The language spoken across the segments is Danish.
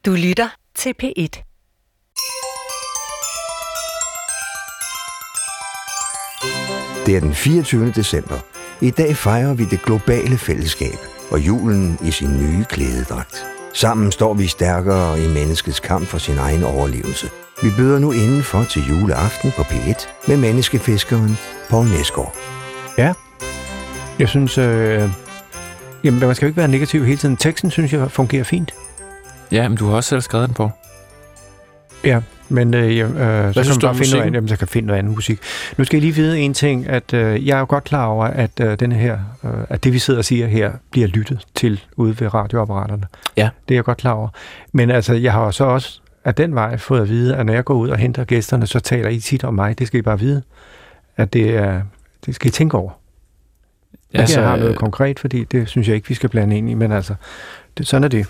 Du lytter til P1. Det er den 24. december. I dag fejrer vi det globale fællesskab og julen i sin nye klædedragt. Sammen står vi stærkere i menneskets kamp for sin egen overlevelse. Vi byder nu indenfor til juleaften på P1 med menneskefiskeren Poul Nesgaard. Ja, jeg synes... Jamen, man skal jo ikke være negativ hele tiden. Teksten, synes jeg, fungerer fint. Ja, men du har også selv skrevet den på. Ja, men så kan man bare finde noget andet musik. Nu skal jeg lige vide en ting, at jeg er jo godt klar over, at denne her, at det vi sidder og siger her, bliver lyttet til ude ved radioapparaterne. Ja. Det er jeg godt klar over. Men altså, jeg har så også af den vej fået at vide, at når jeg går ud og henter gæsterne, så taler I tit om mig. Det skal I bare vide, at det skal I tænke over. Ja, ikke, jeg har noget konkret, fordi det synes jeg ikke, vi skal blande ind i, men altså, sådan er det.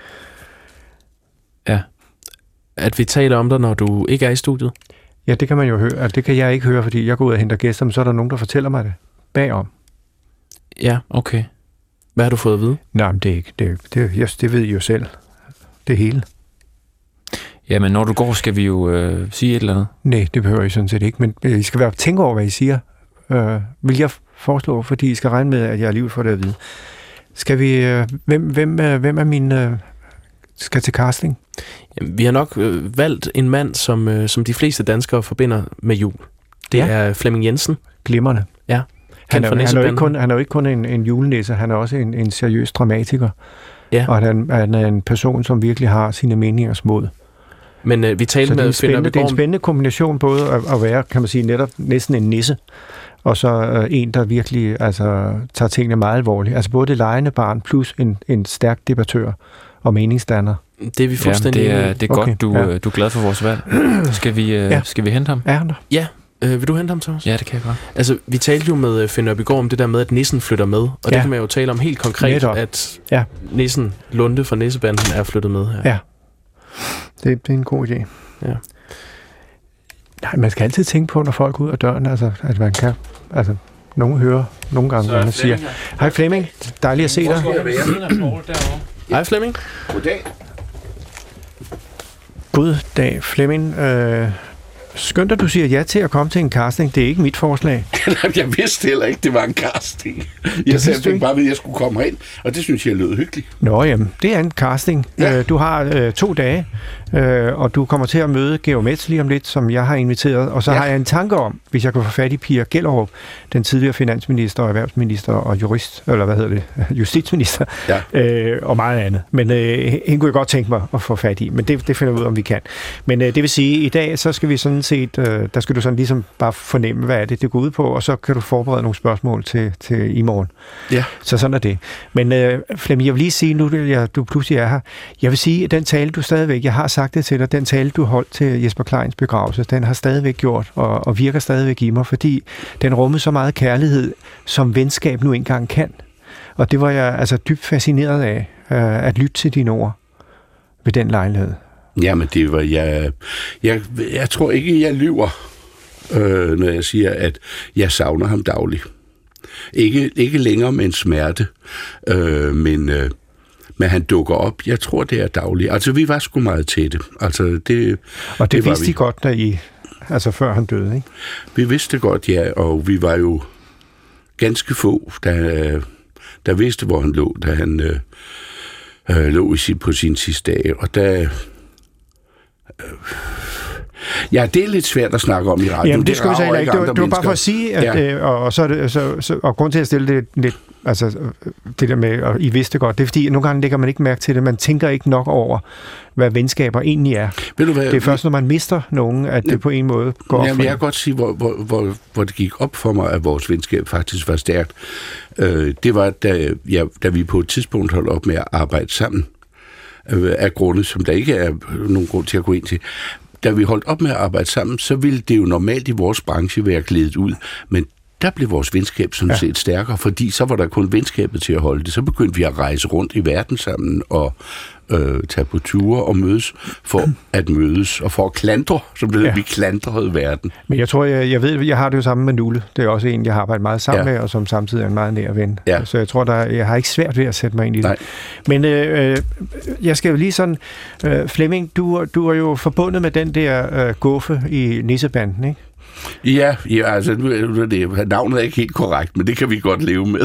Ja. At vi taler om dig, når du ikke er i studiet? Ja, det kan man jo høre. Altså, det kan jeg ikke høre, fordi jeg går ud og henter gæster, men så er der nogen, der fortæller mig det bagom. Ja, okay. Hvad har du fået at vide? Nej, men det er ikke. Det ved I jo selv. Det hele. Ja, men når du går, skal vi jo sige et eller andet? Nej, det behøver I sådan set ikke, men I skal være tænke over, hvad I siger. Vil jeg foreslå, fordi I skal regne med, at jeg alligevel får det at vide. Skal vi... Hvem er min... skal til casting? Jamen, vi har nok valgt en mand, som de fleste danskere forbinder med jul. Det er Flemming Jensen. Glimrende. Ja. Han er jo ikke kun en julenisse, han er også en seriøs dramatiker. Ja. Og han er en person, som virkelig har sine meningers mod. Men vi talte med Finder det er en spændende kombination både at være, kan man sige, netop næsten en nisse, og så en, der virkelig tager tingene meget alvorligt. Altså både det legende barn plus en stærk debattør og meningsdanner. Det er vi fuldstændig det er godt, okay. Du er glad for vores valg. Skal vi hente ham? Er han der? Ja. Vil du hente ham, Thomas? Ja, det kan jeg godt. Altså, vi talte jo med Finn Op i går om det der med, at nissen flytter med. Og det kan man jo tale om helt konkret, netop. At nissen Lunde fra Nissebanden er flyttet med her. Ja. Det er en god idé. Ja. Nej, man skal altid tænke på, når folk går ud af døren, at man kan... Altså, nogen hører nogle gange, når man siger, hej Flemming, dejligt at se dig. Hej Flemming. Goddag. Goddag Flemming. Skønt, at du siger ja til at komme til en casting. Det er ikke mit forslag. Jeg vidste heller ikke, det var en casting. Jeg fik bare ved, at jeg skulle komme herind, og det synes jeg lød hyggeligt. Nå, jamen, det er en casting. Ja. Du har 2 dage, og du kommer til at møde Georg Metz lige om lidt, som jeg har inviteret. Og så har jeg en tanke om, hvis jeg kan få fat i Pia Gellerup, den tidligere finansminister, erhvervsminister og justitsminister, og meget andet. Men hende kunne jeg godt tænke mig at få fat i, men det finder vi ud, om vi kan. Men det vil sige, at i dag, så skal vi sådan set, der skal du sådan ligesom bare fornemme, hvad er det går ud på, og så kan du forberede nogle spørgsmål til i morgen. Ja. Så sådan er det. Men Flemming, jeg vil lige sige, nu du pludselig er her, jeg vil sige, at den tale, du stadigvæk, jeg har sagt det til dig, den tale, du holdt til Jesper Kleins begravelse, den har stadigvæk gjort, og virker stadigvæk i mig, fordi den rummede så meget kærlighed, som venskab nu engang kan. Og det var jeg dybt fascineret af, at lytte til dine ord ved den lejlighed. Jamen, det var jeg tror ikke, jeg lyver, når jeg siger, at jeg savner ham dagligt. Ikke længere med en smerte, men han dukker op. Jeg tror, det er dagligt. Altså, vi var sgu meget tætte. Altså, det vidste I godt, da I... Altså, før han døde, ikke? Vi vidste godt, ja, og vi var jo ganske få, der vidste, hvor han lå, da han lå på sin sidste dag. Og der... Ja, det er lidt svært at snakke om i radio. Jamen, det skulle vi så heller ikke. Det var bare for at sige, at, og grund til at stille det lidt, altså det der med, og I vidste godt, det er fordi, nogle gange lægger man ikke mærke til det, man tænker ikke nok over, hvad venskaber egentlig er. Ved du hvad, det er først, når man mister nogen, at det på en måde går op. Jamen, jeg kan godt sige, hvor det gik op for mig, at vores venskab faktisk var stærkt. Det var, da vi på et tidspunkt holdt op med at arbejde sammen, af grunde, som der ikke er nogen grund til at gå ind til. Da vi holdt op med at arbejde sammen, så ville det jo normalt i vores branche være glædet ud, men der blev vores venskab sådan set stærkere, fordi så var der kun venskabet til at holde det. Så begyndte vi at rejse rundt i verden sammen og tage på ture og mødes for at mødes, og for at klandre, som det hedder, vi klandrede verden. Men jeg tror, jeg ved, jeg har det jo sammen med Nulle. Det er også en, jeg har arbejdet meget sammen med, og som samtidig er en meget nær ven. Ja. Så jeg tror, jeg har ikke svært ved at sætte mig ind i det. Nej. Men jeg skal jo lige sådan, Flemming, du er jo forbundet med den der guffe i Nissebanden, ikke? Ja, altså navnet er ikke helt korrekt, men det kan vi godt leve med.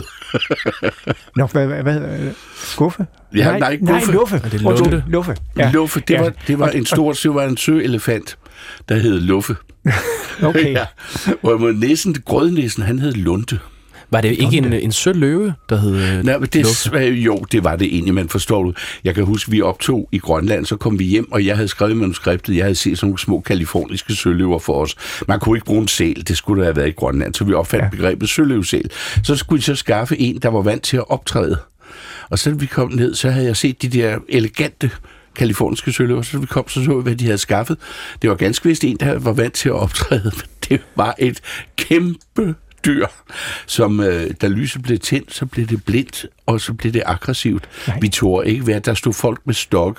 Nå, hvad? Skuffe? Ja, nej, Guffe. Nej, Luffe. Er det Luffe? Luffe. Ja. Luffe, det var en søelefant, der hed Luffe. Okay. Ja. Og grødnissen, han hed Lunde. Var det ikke en søløve, der hed Luffe? Jo, det var det egentlig, man forstår du. Jeg kan huske, vi optog i Grønland, så kom vi hjem, og jeg havde skrevet manuskriptet. Jeg havde set sådan nogle små kaliforniske søløver for os. Man kunne ikke bruge en sæl, det skulle der have været i Grønland, så vi opfandt begrebet søløvsæl. Så skulle vi så skaffe en, der var vant til at optræde. Og så vi kom ned, så havde jeg set de der elegante kaliforniske søløver, så vi kom, så vi, hvad de havde skaffet. Det var ganske vist en, der var vant til at optræde, men det var et kæmpe dyr, som da lyset blev tændt, så blev det blindt, og så blev det aggressivt. Nej. Vi tog ikke være, der stod folk med stokke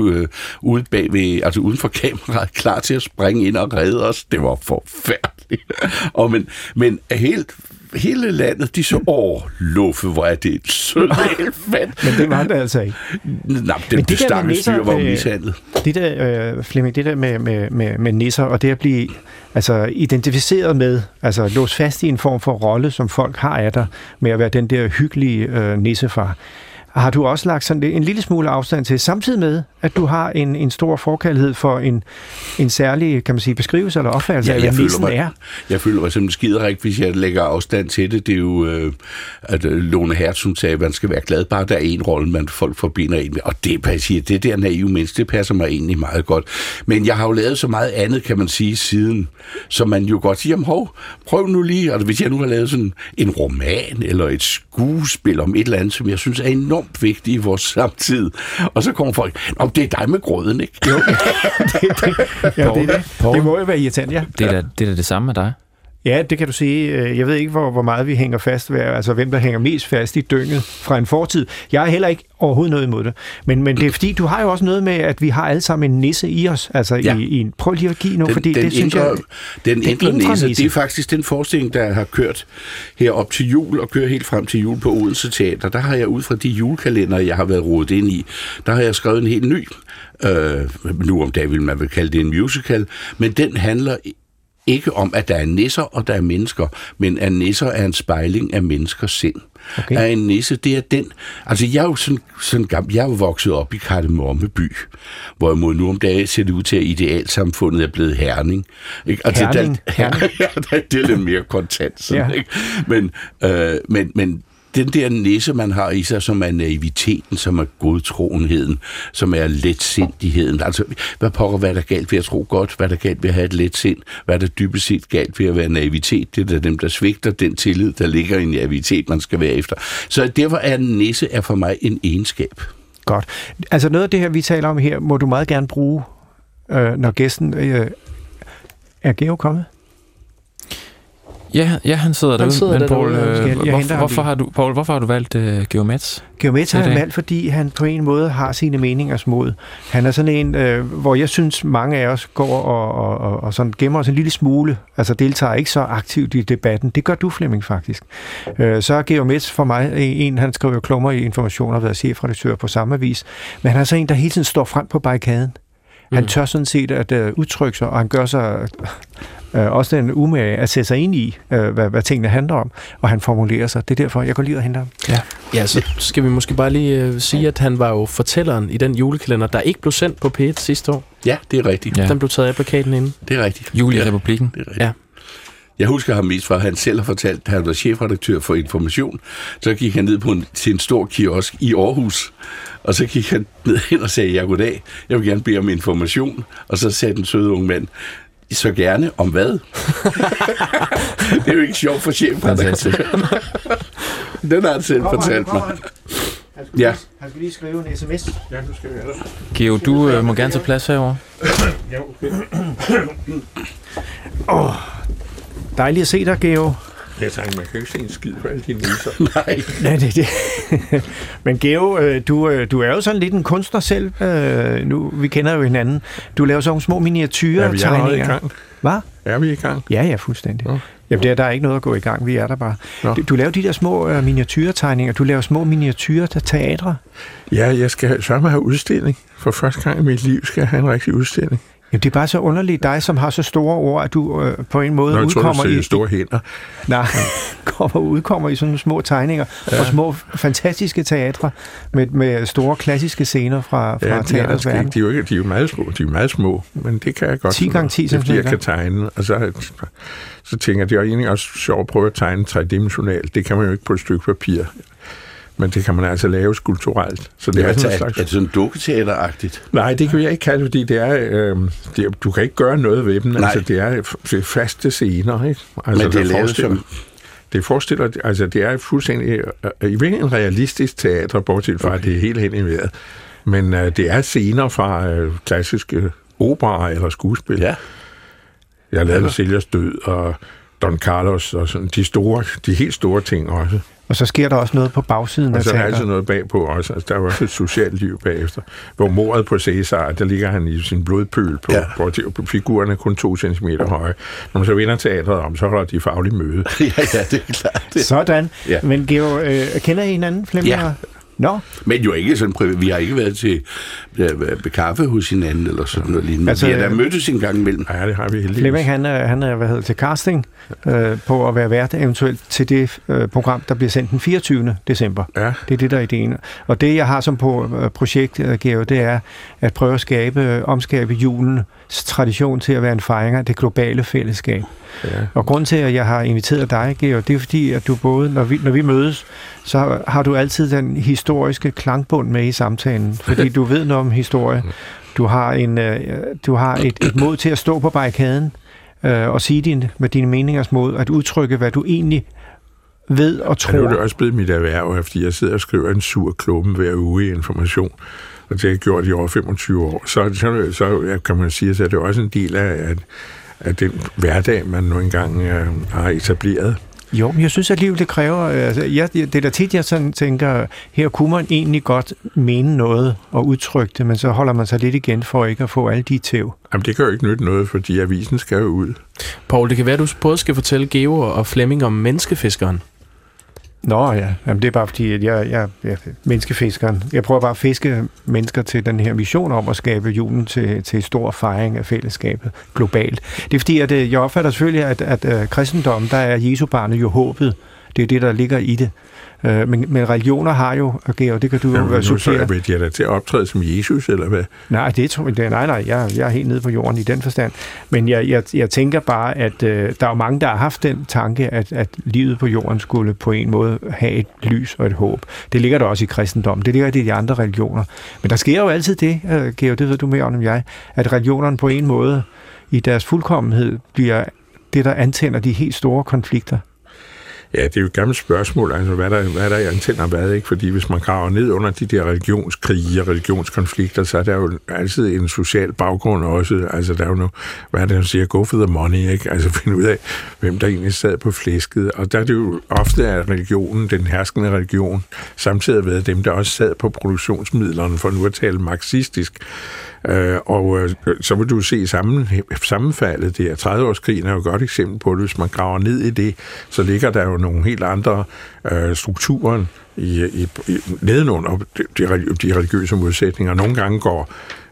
ude bagved, altså uden for kameraet, klar til at springe ind og redde os. Det var forfærdeligt. Men hele landet, de så, Luffe, hvor er det et sødt elefant. Men det var det altså ikke. Nej, det stakkels dyr var mishandlet. Det der, Flemming, det der med nisser, og det at blive identificeret med, låst fast i en form for rolle, som folk har af dig, med at være den der hyggelige nissefar. Har du også lagt sådan en lille smule afstand til, samtidig med, at du har en stor forkærlighed for en særlig, kan man sige, beskrivelse eller opfattelse af, hvad nissen er? Jeg føler mig simpelthen skiderik, hvis jeg lægger afstand til det. Det er jo, at Lone Hertz, hun sagde, at man skal være glad, bare der er en rolle, folk forbinder en med. Og det der naive menneske, det passer mig egentlig meget godt. Men jeg har jo lavet så meget andet, kan man sige, siden, så man jo godt siger, prøv nu lige, altså hvis jeg nu har lavet sådan en roman, eller et skuespil om et eller andet, som jeg synes er enormt vigtigt i vores samtid, og så kommer folk, det er dig med grøden, ikke? Jo. Det må jo være irriterende, ja. Det er da det samme med dig. Ja, det kan du sige. Jeg ved ikke, hvor meget vi hænger fast ved, altså hvem der hænger mest fast i dynget fra en fortid. Jeg har heller ikke overhovedet noget imod det. Men det er fordi, du har jo også noget med, at vi har alle sammen en nisse i os. Prøv lige at give noget, fordi det synes jeg... Den indre nisse, det er faktisk den forestilling, der har kørt her op til jul, og kører helt frem til jul på Odense Teater. Der har jeg ud fra de julekalender, jeg har været rodet ind i, der har jeg skrevet en helt ny. Nu om dagen vil man vel kalde det en musical, men den handler ikke om, at der er nisser, og der er mennesker, men at nisser er en spejling af menneskers sind. Okay. At en nisse, det er den... Altså, jeg er jo sådan gammel... Jeg er jo vokset op i Kardemomme by, hvorimod nu om dagen ser det ud til, at idealsamfundet er blevet Herning. Ikke? Altså, Herning? Det er lidt mere kontant, sådan, ikke? Men den der nisse, man har i sig, som er naiviteten, som er godtroenheden, som er letsindigheden. Altså, hvad er der galt ved at tro godt? Hvad er der galt ved at have et letsind? Hvad er der dybest set galt ved at være naivitet? Det er dem, der svigter den tillid, der ligger i naivitet, man skal være efter. Så derfor er en nisse for mig en egenskab. Godt. Altså noget af det her, vi taler om her, må du meget gerne bruge, når gæsten er Geo kommet? Ja, han sidder derude. Men Poul, hvorfor har du valgt Georg Metz? Georg Metz har jeg valgt, fordi han på en måde har sine meningers mod. Han er sådan en, hvor jeg synes, mange af os går og sådan gemmer os en lille smule, altså deltager ikke så aktivt i debatten. Det gør du, Flemming, faktisk. Så er Georg Metz for mig en, han skriver klummer i Information og har været chefredaktør på samme avis, men han er så en, der hele tiden står frem på barrikaden. Han tør sådan set at udtrykke sig, og han gør sig også den umage at sætte sig ind i, hvad tingene handler om, og han formulerer sig. Det er derfor, jeg går lige og henter ham. Ja, så skal vi måske bare lige sige, at han var jo fortælleren i den julekalender, der ikke blev sendt på P1 sidste år. Ja, det er rigtigt. Ja. Den blev taget af plakaten inden. Det er rigtigt. Jul i Republikken. Det er rigtigt. Ja. Jeg husker ham mest, for han selv har fortalt, at han var chefredaktør for Information. Så gik han ned til en stor kiosk i Aarhus, og så gik han ned hen og sagde, goddag, jeg vil gerne bede om information. Og så sagde den søde unge mand, så gerne om hvad? Det er jo ikke sjovt for chefredaktøren. Den har han selv fortalt mig. Han skal lige skrive en sms. Ja, du skal gøre det. Geo, du må gerne tage plads herovre. Ja, okay. Dejligt at se dig, Geo. Jeg tænker, man kan ikke se en skid for alle de nisser. Nej, det. Men Geo, du er jo sådan lidt en kunstner selv. Nu, vi kender jo hinanden. Du laver sådan nogle små miniatyretegninger. Er vi i gang? Hvad? Er vi i gang? Ja, fuldstændig. Ja. Jamen, der er ikke noget at gå i gang. Vi er der bare. Ja. Du laver de der små miniatyretegninger. Du laver små miniatyreteatre. Ja, jeg skal sørge have udstilling. For første gang i mit liv skal jeg have en rigtig udstilling. Jamen, det er bare så underligt, dig som har så store ord, at du på en måde udkommer i store hænder. Nej, udkommer i sådan nogle små tegninger og små fantastiske teatre med store klassiske scener fra teatrets verden. De er jo meget små, men det kan jeg godt. 10x10, fordi jeg kan tegne, og så tænker jeg, det er egentlig også sjovt at prøve at tegne tredimensionalt. Det kan man jo ikke på et stykke papir. Men det kan man altså lave skulpturelt. Så det er sådan en slags... Er det sådan dukketeateragtigt? Nej, det kan jeg ikke kalde, fordi det er, du kan ikke gøre noget ved dem. Altså, det er faste scener, ikke? Altså, men det er lavet som... Det forestiller, altså det er fuldstændig i en realistisk teater, bortset fra, at det er helt hen i vejret. Men det er scener fra klassiske operaer eller skuespil. Ja. Jeg har lavet Celias død og Don Carlos og sådan de helt store ting også. Og så sker der også noget på bagsiden af teater. Og så er der altid noget bagpå også. Altså, der er også et socialt liv bagefter. Hvor mordet på Cæsar, der ligger han i sin blodpøl på figurerne kun 2 centimeter høje. Når man så vender teatret om, så holder de faglige møde. ja, det er klart. Sådan. Ja. Men Geo, kender I hinanden, Flemming? Ja. No. Men jo ikke sådan vi har ikke været til kaffe hos hinanden eller sådan noget lignende. Altså, vi har da mødtes en gang imellem. Ja, det har vi heldigvis. Flemming, han er til casting på at være vært eventuelt til det program, der bliver sendt den 24. december. Ja. Det er det, der er ideen. Og det, jeg har som projekt, Geo, det er at prøve at omskabe julens tradition til at være en fejring af det globale fællesskab. Ja. Og grunden til, at jeg har inviteret dig, Geo, det er fordi, at du både, når vi mødes, så har du altid den historiske klangbund med i samtalen, fordi du ved noget om historie. Du har et mod til at stå på barrikaden og sige med dine meningers mod, at udtrykke, hvad du egentlig ved og tror. Ja, nu er det også blevet mit erhverv, fordi jeg sidder og skriver en sur klumme hver uge i Information, og det har jeg gjort i over 25 år. Så kan man sige, at det er også en del af den hverdag, man nu engang har etableret. Jo, men jeg synes, at livet det kræver... det er da tit, jeg sådan tænker, her kunne man egentlig godt mene noget og udtrykke det, men så holder man sig lidt igen for ikke at få alle de tæv. Jamen, det kan jo ikke nytte noget, fordi avisen skal jo ud. Poul, det kan være, at du både skal fortælle Geo og Flemming om menneskefiskeren. Nå ja, jamen, det er bare fordi, at jeg menneskefiskeren. Jeg prøver bare at fiske mennesker til den her mission om at skabe julen til en stor fejring af fællesskabet globalt. Det er fordi, at jeg opfatter selvfølgelig, at kristendommen, der er Jesu barnet jo håbet. Det er det, der ligger i det. Men religioner har jo, Geo, det kan du jo være supplere. Nu så jeg da til at optræde som Jesus, eller hvad? Nej, jeg er helt nede på jorden i den forstand. Men jeg tænker bare, at der er jo mange, der har haft den tanke, at livet på jorden skulle på en måde have et lys og et håb. Det ligger der også i kristendommen. Det ligger i de andre religioner. Men der sker jo altid det, Geo, det ved du mere om end jeg, at religionerne på en måde i deres fuldkommenhed bliver det, der antænder de helt store konflikter. Ja, det er jo et gammelt spørgsmål, altså hvad der antænder hvad, ikke? Fordi hvis man graver ned under de der religionskrige og religionskonflikter, så er der jo altid en social baggrund også. Altså der er jo noget, hvad er det, han siger, go for the money, ikke? Altså finde ud af, hvem der egentlig sad på flæsket. Og der er det jo ofte, at religionen, den herskende religion, samtidig ved dem, der også sad på produktionsmidlerne, for nu at tale marxistisk. Så vil du se sammenfaldet der. 30-årskrigen er jo et godt eksempel på det. Hvis man graver ned i det, så ligger der jo nogle helt andre strukturer nedenunder de religiøse modsætninger. Nogle gange går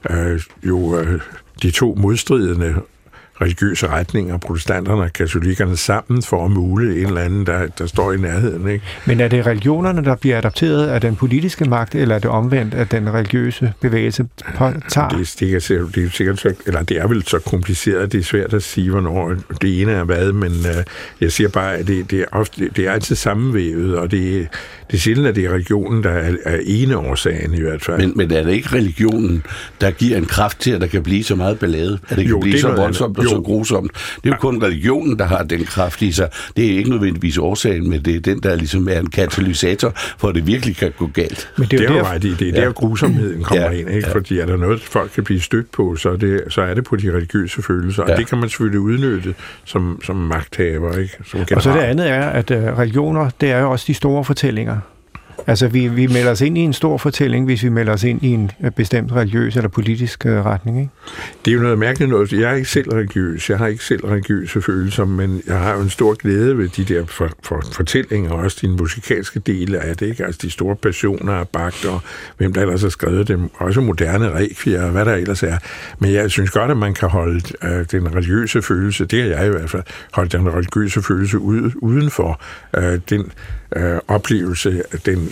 de to modstridende religiøse retninger, protestanterne og katolikkerne sammen for at mule en eller anden, der står i nærheden. Ikke? Men er det religionerne, der bliver adopteret af den politiske magt, eller er det omvendt, at den religiøse bevægelse tager? Det er sikkert så, eller det er vel så kompliceret, det er svært at sige, hvornår det ene er hvad, men jeg siger bare, at det er altid sammenvævet, og det er sjældent, at det er religionen, der er ene årsagen i hvert fald. Men er det ikke religionen, der giver en kraft til, at der kan blive så meget ballade? At det kan blive så voldsomt? så grusomt. Det er jo kun religionen, der har den kraft i sig. Det er ikke nødvendigvis årsagen, men det er den, der ligesom er en katalysator, for at det virkelig kan gå galt. Men det er jo ret i. Det er der grusomheden kommer ind, ikke? Fordi er der noget, folk kan blive stødt på, så er det på de religiøse følelser. Og det kan man selvfølgelig udnytte som magthaver, ikke? Og så det andet er, at religioner, det er jo også de store fortællinger. Altså, vi melder os ind i en stor fortælling, hvis vi melder os ind i en bestemt religiøs eller politisk retning, ikke? Det er jo noget mærkeligt noget. Jeg er ikke selv religiøs. Jeg har ikke selv religiøse følelser, men jeg har jo en stor glæde ved de der fortællinger, og også de musikalske dele af det, ikke? Altså de store passioner af Bach, og hvem der ellers har skrevet dem. Også moderne requiem, og hvad der ellers er. Men jeg synes godt, at man kan holde den religiøse følelse, det har jeg i hvert fald, holdt den religiøse følelse uden for den oplevelse, den,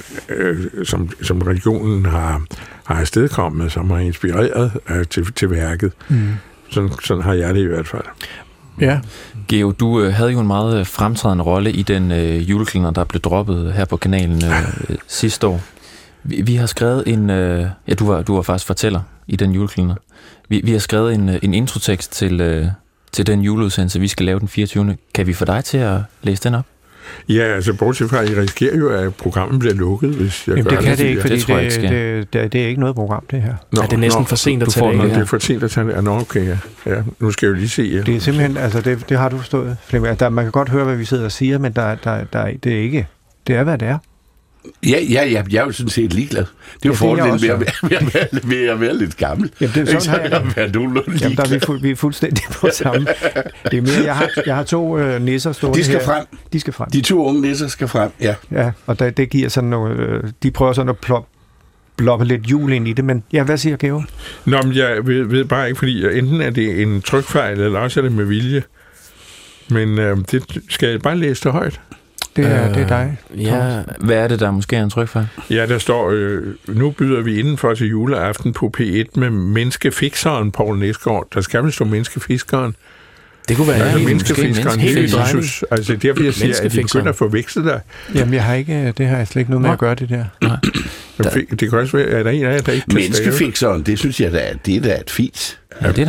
som religionen har afstedkommet, som har inspireret til værket. Sådan har jeg det i hvert fald. Ja. Geo, du havde jo en meget fremtrædende rolle i den julekalender, der blev droppet her på kanalen sidste år. Vi har skrevet en... du var faktisk fortæller i den julekalender. Vi har skrevet en introtekst til den juleudsendelse, vi skal lave den 24. Kan vi få dig til at læse den op? Ja, altså bortset fra, at I risikerer jo, at programmet bliver lukket, hvis jeg gør det. Det kan det ikke, fordi det er ikke noget program, det her. Nå, det er næsten for sent at tage det. Det er for sent at tage det. Nå, okay, ja. Nu skal jeg jo lige se. Ja. Det er simpelthen, altså det har du forstået, Flemming. Man kan godt høre, hvad vi sidder og siger, men det er ikke, det er, hvad det er. Ja, jeg er jo sådan set ligeglad. Det er jo fordelen ved at være lidt gammel. Jamen, det er sådan, jamen, der er vi er fuldstændig på samme. Det er mere, jeg har to nisser stående her. De skal frem. De 2 unge nisser skal frem, ja. Ja, og det giver sådan noget... De prøver sådan at ploppe lidt jul ind i det, men ja, hvad siger Geo? Nå, men jeg ved bare ikke, fordi enten er det en trykfejl, eller også er det med vilje. Men det skal jeg bare læse det højt. Det er dig. Ja, hvad er det, der måske er en trykfejl? Ja, der står, nu byder vi indenfor til juleaften på P1 med menneskefikseren Poul Nesgaard. Der skal vel stå menneskefiskeren. Det kunne være menneskefiskeren. Altså, derfor jeg siger, at de begynder at forveksle dig. Jamen, det har jeg slet ikke noget med at gøre, det der. Nej. Det kan også være, at der er en af jer, der ikke kan menneskefikseren, det synes jeg, det er da et fint. Ja, det er da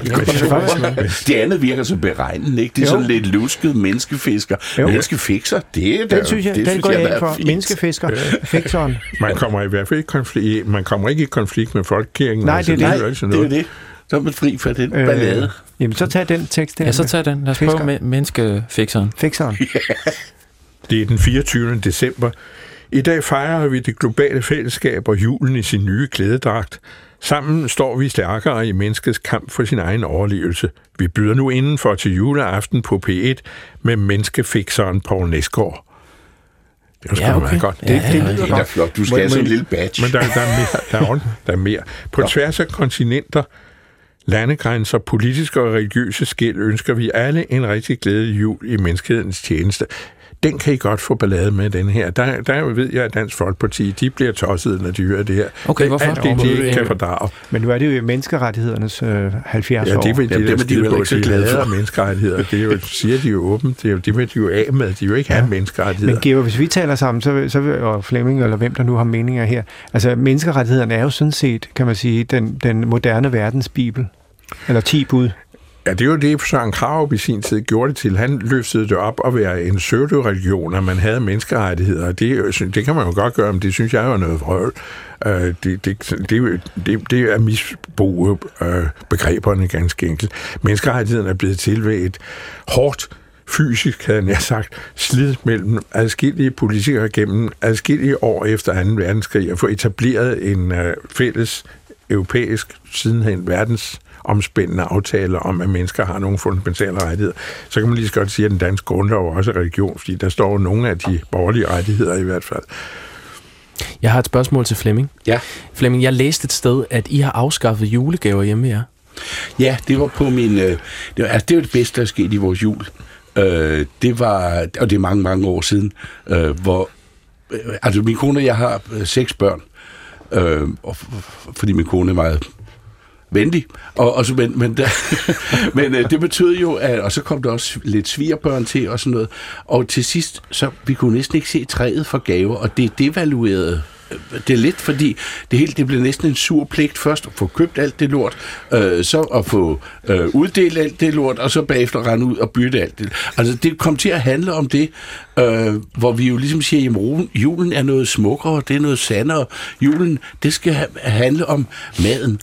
meget. Det andet virker så beregnende, ikke? Det er sådan lidt lusket menneskefisker. Menneskefikser, det er da... Den synes jeg, den går jeg ind for. Menneskefisker. Fikseren. Man kommer i hvert fald ikke i konflikt med folkekirken. Nej, det er det. Så er man fri for den ballade. Jamen, så tag den tekst der. Ja, så tag den. Lad os prøve med menneskefikseren. Fikseren. Det er den 24. december. I dag fejrer vi det globale fællesskab og julen i sin nye klædedragt. Sammen står vi stærkere i menneskets kamp for sin egen overlevelse. Vi byder nu indenfor til juleaften på P1 med menneskefikseren Poul Nesgaard. Det er sgu meget godt. Det er godt. Flot. Du skal have sådan en lille badge. Men der er mere. På tværs af kontinenter, landegrænser, politiske og religiøse skel ønsker vi alle en rigtig glædelig jul i menneskehedens tjeneste. Den kan I godt få ballade med, den her. Der ved jeg, at Dansk Folkeparti, de bliver tosset, når de hører det her. Okay, hvorfor? Alt det, de ikke kan fordrage. Men nu er det jo menneskerettighedernes 70 år. Ja, det vil de jo ikke så glade for menneskerettigheder. Det siger de jo åbent. Det vil de jo af med. De vil ikke have menneskerettigheder. Men Geo, hvis vi taler sammen, så vil, og Flemming, eller hvem der nu har meninger her, altså menneskerettighederne er jo sådan set, kan man sige, den moderne verdens bibel. Eller 10 bud. Ja, det er jo det, Søren Krarup i sin tid gjorde det til. Han løftede det op at være en pseudo-religion, at man havde menneskerettigheder. Det kan man jo godt gøre, men det synes jeg jo er noget vrøvl. Det er misbruge begreberne ganske enkelt. Menneskerettighederne er blevet til ved et hårdt fysisk, havde jeg sagt, slid mellem adskillige politikere gennem adskillige år efter 2. verdenskrig at få etableret en fælles europæisk sidenhen verdens omspændende aftaler om, at mennesker har nogle fundamentale rettigheder, så kan man lige så godt sige, at den danske grundlov også er religion, fordi der står nogle af de borgerlige rettigheder i hvert fald. Jeg har et spørgsmål til Flemming. Ja. Flemming, jeg læste et sted, at I har afskaffet julegaver hjemme ved jer. Ja, det var på min... det var det bedste, der er sket i vores jul. Det var... Og det er mange, mange år siden, hvor... altså, min kone og jeg har 6 børn. Fordi min kone er meget venlig. Men det betød jo, at... Og så kom der også lidt svigerbørn til og sådan noget. Og til sidst, så vi kunne næsten ikke se træet for gaver, og det devaluerede det er lidt, fordi det hele det blev næsten en sur pligt først at få købt alt det lort, så at få uddelt alt det lort, og så bagefter rende ud og bytte alt det. Altså det kom til at handle om det, hvor vi jo ligesom siger, at julen er noget smukkere, det er noget sandere. Julen, det skal handle om maden.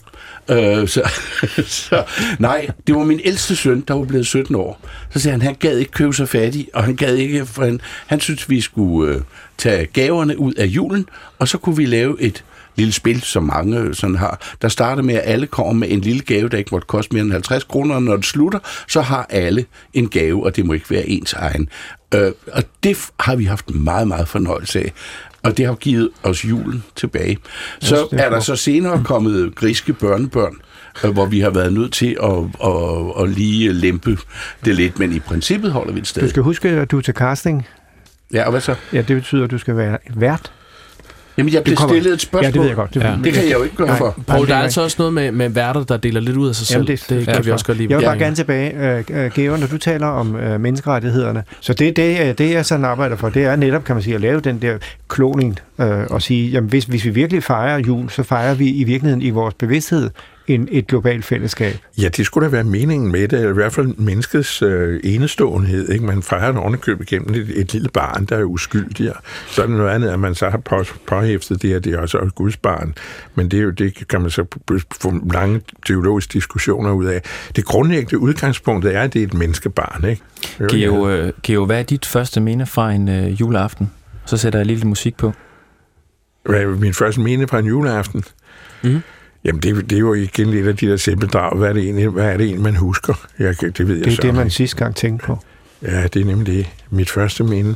Så nej, det var min ældste søn, der var blevet 17 år. Så sagde han gad ikke købe sig fattig, og han gad ikke, for han syntes, vi skulle tage gaverne ud af julen, og så kunne vi lave et lille spil, som mange sådan har. Der starter med, at alle kommer med en lille gave, der ikke måtte koste mere end 50 kroner, og når det slutter, så har alle en gave, og det må ikke være ens egen. Og det har vi haft meget, meget fornøjelse af. Og det har givet os julen tilbage. Så er der så senere kommet griske børnebørn, hvor vi har været nødt til at lige lempe det lidt, men i princippet holder vi et sted. Du skal huske, at du er til casting. Ja, og hvad så? Ja, det betyder, at du skal være vært. Jamen, jeg blev stillet et spørgsmål. Ja, det ved jeg godt. Det kan jeg jo ikke gøre for. Paul, der er altså også noget med værter, der deler lidt ud af sig selv. Jamen, det kan vi også godt lide. Jeg vil bare gerne tilbage, Georg, når du taler om menneskerettighederne. Så det jeg sådan arbejder for, det er netop, kan man sige, at lave den der kloning og sige, jamen hvis vi virkelig fejrer jul, så fejrer vi i virkeligheden i vores bevidsthed et globalt fællesskab. Ja, det skulle da være meningen med det, eller i hvert fald menneskets eneståenhed. Ikke? Man fejrer en ordentligt gennem et lille barn, der er uskyldig. Så er det noget andet, at man så har påhæftet det, at det er også et Guds barn. Men det er jo det, kan man så få lange teologiske diskussioner ud af. Det grundlæggende udgangspunktet er, at det er et menneskebarn. Ikke? Geo, hvad er dit første minde fra en juleaften? Så sætter jeg lille musik på. Hvad er min første minde fra en juleaften? Mm-hmm. Jamen, det er jo igen lidt af de der simpeldrag. Hvad er det egentlig, man husker? Det ved jeg så. Det er det, man sidste gang tænkte på. Ja, det er nemlig det. Mit første minde.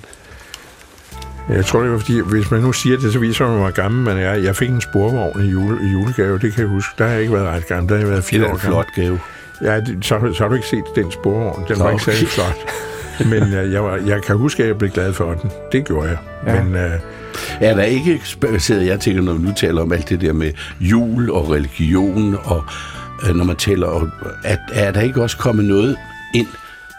Jeg tror, det var fordi, hvis man nu siger det, så viser man, hvor gammel man er. Jeg fik en sporvogn i julegave, det kan jeg huske. Der har jeg ikke været ret gammel, der har jeg været 4 år gammel. Det er en flot gave. Ja, så har du ikke set den sporvogn. Den var ikke særlig flot. Men jeg kan huske, at jeg blev glad for den. Det gjorde jeg. Ja. Men er der ikke, jeg tænker, når vi nu taler om alt det der med jul og religion, og når man taler om, er der ikke også kommet noget ind,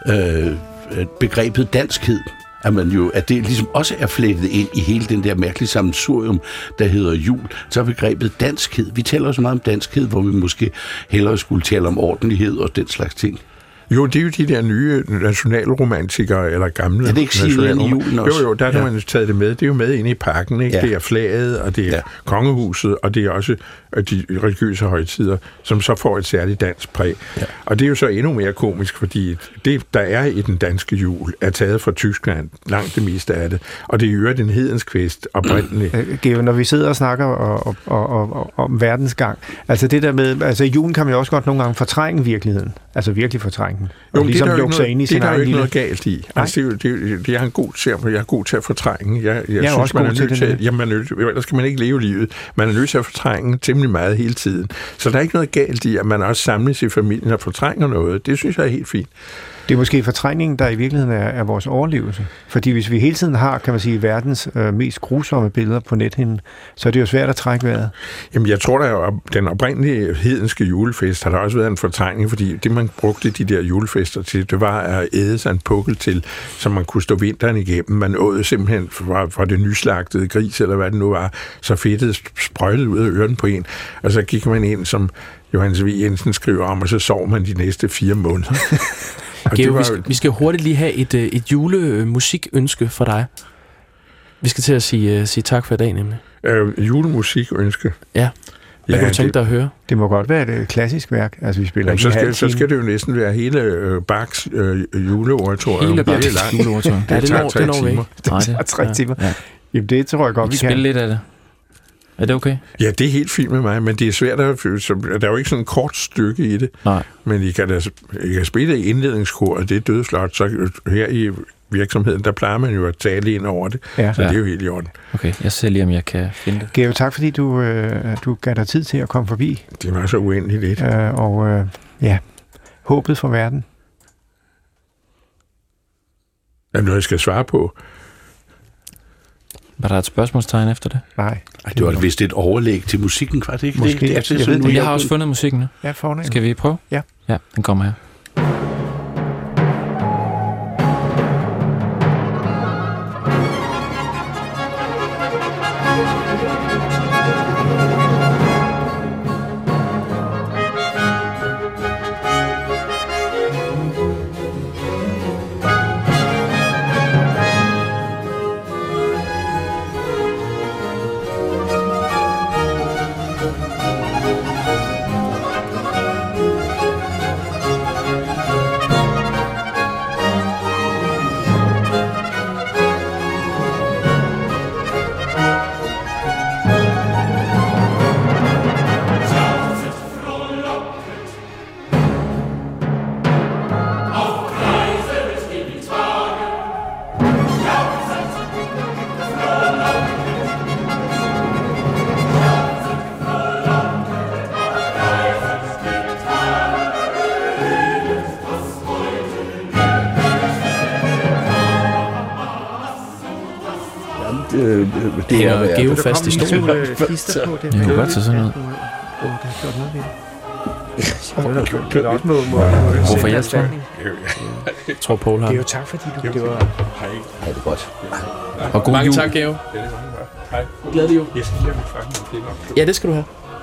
begrebet danskhed, at det ligesom også er flettet ind i hele den der mærkelige sammensurium, der hedder jul, så er begrebet danskhed. Vi taler også meget om danskhed, hvor vi måske hellere skulle tale om ordentlighed og den slags ting. Jo, det er jo de der nye nationalromantikere, eller gamle nationalromantikere. Er det ikke sigende i julen også? Jo, der har man taget det med. Det er jo med inde i pakken, ikke? Ja. Det er flaget, og det er kongehuset, og det er også de religiøse højtider, som så får et særligt dansk præg. Ja. Og det er jo så endnu mere komisk, fordi det, der er i den danske jul, er taget fra Tyskland, langt det meste af det, og det er jo en hedenskvist oprindeligt. Georg, når vi sidder og snakker om verdensgang, altså det der med, altså i julen kan man jo også godt nogle gange fortrænge virkeligheden, altså virkelig fortrænge. Jo, ligesom det er der jo ikke noget galt i. Altså, det er jeg er god til at fortrænge. Jeg synes, man er nødt til det. Jamen, ellers skal man ikke leve livet. Man er nødt til at fortrænge temmelig meget hele tiden. Så der er ikke noget galt i, at man også samles i familien og fortrænger noget. Det synes jeg er helt fint. Det er måske fortrængningen, der i virkeligheden er vores overlevelse. Fordi hvis vi hele tiden har, kan man sige, verdens mest grusomme billeder på nethinden, så er det jo svært at trække vejret. Jamen, jeg tror, at den oprindelige hedenske julefest har der også været en fortrængning, fordi det, man brugte de der julefester til, det var at æde sig en pukkel til, så man kunne stå vinteren igennem. Man åd simpelthen fra det nyslagtede gris, eller hvad det nu var, så fedtet sprøjtede ud af ørerne på en, og så gik man ind, som Johannes V. Jensen skriver om, og så sov man de næste 4 måneder. Geo, vi skal hurtigt lige have et julemusikønske for dig. Vi skal til at sige tak for i dag, nemlig. Julemusikønske? Ja. Hvad kan du tænke dig at høre? Det må godt være et klassisk værk. Altså, vi spiller så skal det jo næsten være hele Bachs juleoratorium. Hele Bachs juleoratorium. Det tager 3 timer. Det tager 3 timer. Ja. Jamen, det tror jeg godt, vi kan. Spille lidt af det. Er det okay? Ja, det er helt fint med mig, men det er svært at føle. Der er jo ikke sådan et kort stykke i det. Nej. Men I kan spille i indledningskoret, det er dødsflot. Så her i virksomheden, der plejer man jo at tale ind over det. Ja. Så det er jo helt i orden. Okay, jeg ser lige, om jeg kan finde det. Georg, tak fordi du gav dig tid til at komme forbi. Det var så uendeligt lidt. Håbet for verden. Er det noget, jeg skal svare på? Var der et spørgsmålstegn efter det? Nej. Det var vist et overlæg til musikken, var det ikke? Måske. Jeg har også fundet musikken nu. Ja, fornemt. Skal vi prøve? Ja. Ja, den kommer her. det er geofast i stolen. Det kan godt se sådan ud. Hvorfor jeg tror? Jeg tror, Poul har. Det er jo tak, fordi du... Det var... Ja, det er godt. Og god Mange jul. tak, Geo. Hej. Glædelig jul. Jeg skal lige have mit fange. Ja, det skal du have.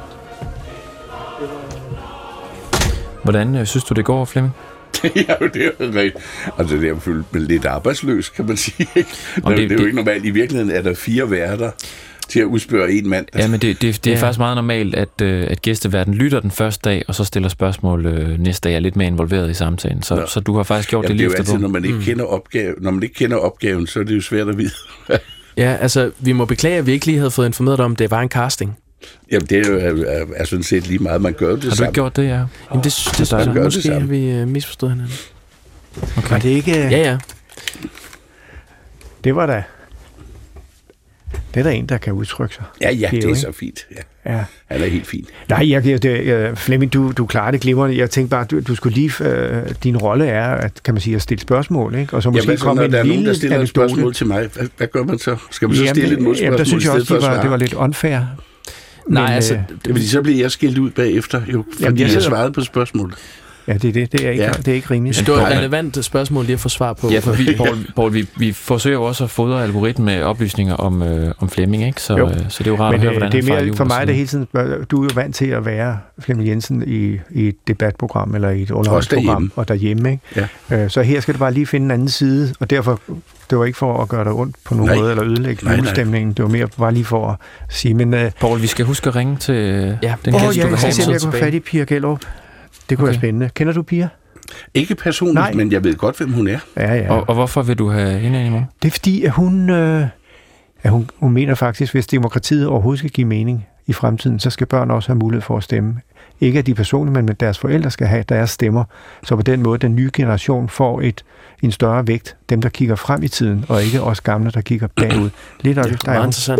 Hvordan synes du, det går, Flemming? Ja, det er jo rigtigt. Altså, det er jo lidt arbejdsløs, kan man sige. Det er jo ikke normalt. I virkeligheden er der 4 værter til at udspørge en mand. Ja, men det er faktisk meget normalt, at gæsteværten lytter den første dag, og så stiller spørgsmål næste dag, er lidt mere involveret i samtalen. Så du har faktisk gjort det lige efter. Det er jo altid, når man ikke kender opgaven, så er det jo svært at vide. Ja, altså, vi må beklage, at vi ikke lige havde fået informeret dig om, det var en casting. Jamen, det er sådan set lige meget. Man gør det sammen. Har du ikke gjort det, ja? Jamen, det måske har vi misforstået hinanden. Okay. Var det ikke... Ja. Det var da... Det er der en, der kan udtrykke sig. Ja, det er så fint. Ja. Han er helt fint. Nej, Flemming, du klarer det glimrende. Jeg tænkte bare, du skulle lige... din rolle er, at man sige, at stille spørgsmål, ikke? Og så måske komme en lille... Når der er nogen, der stiller et spørgsmål til mig, hvad gør man så? Skal man så stille et modspørgsmål? Jamen, der synes jeg også, det var lidt unfair. Nej, altså... så bliver jeg skilt ud bagefter, fordi jeg svarede på spørgsmålet. Ja, det er ikke rimeligt. Det er et relevant spørgsmål lige at få svar på. Ja, for Poul, vi forsøger jo også at fodre algoritmen med oplysninger om Flemming, ikke? Så det er jo rart at høre, hvordan det er mere for mig, det hele tiden... Du er jo vant til at være Flemming Jensen i et debatprogram eller i et underholdningsprogram og derhjemme, ikke? Ja. Så her skal du bare lige finde en anden side, og derfor... Det var ikke for at gøre dig ondt på nogen måde, eller ødelægge julestemningen. Det var mere bare lige for at sige, men... Poul, vi skal huske at ringe til den gæst, du vil have. Jeg kan få fat i Pia Gellerup. Det kunne være spændende. Kender du Pia? Ikke personligt, men jeg ved godt, hvem hun er. Ja. Og hvorfor vil du have hende i morgen? Det er fordi, at hun mener faktisk, hvis demokratiet overhovedet skal give mening i fremtiden, så skal børn også have mulighed for at stemme. Ikke at de personer, men deres forældre skal have deres stemmer. Så på den måde, den nye generation får en større vægt. Dem, der kigger frem i tiden, og ikke os gamle, der kigger bagud. Lidt af det, der er meget interessant.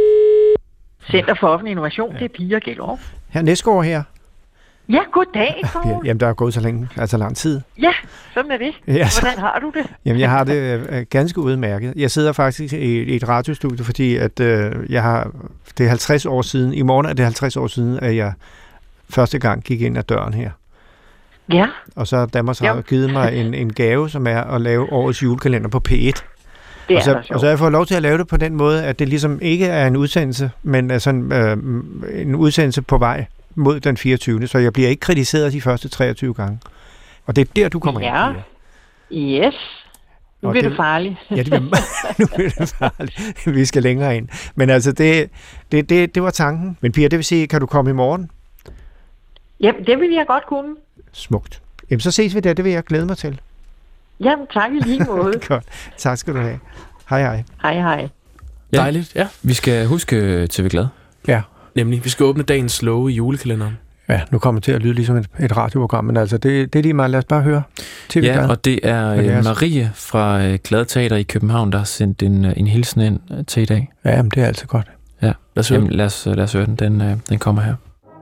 Center for Offentlig Innovation, det er Pia Gellerup. Her Næsgaard her. Ja, goddag, Poul. Jamen, der er gået så lang tid. Ja, sådan er det. Ja, hvordan har du det? Jamen, jeg har det ganske udmærket. Jeg sidder faktisk i et radiostudie, fordi at det er 50 år siden, i morgen er det 50 år siden, at jeg første gang gik ind ad døren her. Ja. Og så har Danmarks Radio givet mig en gave, som er at lave årets julekalender på P1. Og så har jeg fået lov til at lave det på den måde, at det ligesom ikke er en udsendelse, men er sådan en udsendelse på vej mod den 24. Så jeg bliver ikke kritiseret de første 23 gange. Og det er der, du kommer ind. Ja. Yes. Nu bliver det farligt. Ja, nu bliver det farligt. Vi skal længere ind. Men altså, det var tanken. Men Pia, det vil sige, kan du komme i morgen? Jamen, det vil jeg godt kunne. Smukt. Jamen, så ses vi der. Det vil jeg glæde mig til. Jamen, tak i lige måde. Godt. Tak skal du have. Hej. Hej. Ja. Dejligt, ja. Vi skal huske TV Glad. Ja. Nemlig, vi skal åbne dagens love i julekalenderen. Ja, nu kommer det til at lyde ligesom et radioprogram, men altså, det er lige meget. Lad os bare høre. TV Glad. Ja, og det er Marie fra Glad Teater i København, der har sendt en hilsen ind til i dag. Ja, men det er altid godt. Ja, lad os høre den. Den kommer her.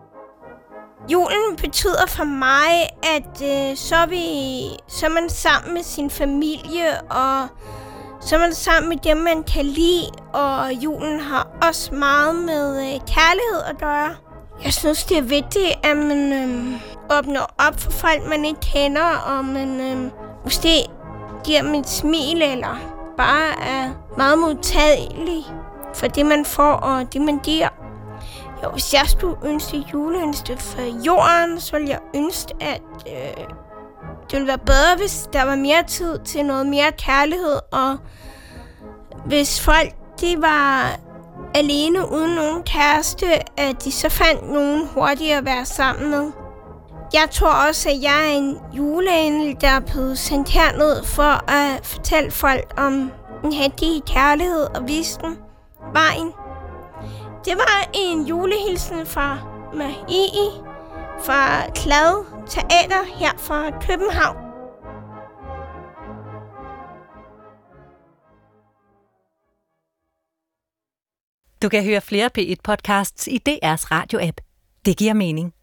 Julen betyder for mig, at så er man sammen med sin familie, og så er man sammen med dem, man kan lide, og julen har også meget med kærlighed at gøre. Jeg synes, det er vigtigt, at man åbner op for folk, man ikke kender, og man måske giver dem et smil, eller bare er meget modtagelig for det, man får, og det, man giver. Jo, hvis jeg skulle ønske juleønske for jorden, så ville jeg ønske, at det ville være bedre, hvis der var mere tid til noget mere kærlighed, og hvis folk de var alene uden nogen kæreste, at de så fandt nogen hurtigt at være sammen med. Jeg tror også, at jeg er en juleengel, der er blevet sendt herned for at fortælle folk om den heldige kærlighed og vise dem vejen. Det var en julehilsen fra Marie fra Glad Teater her fra København. Du kan høre flere P1-podcasts i DR's radio-app. Det giver mening.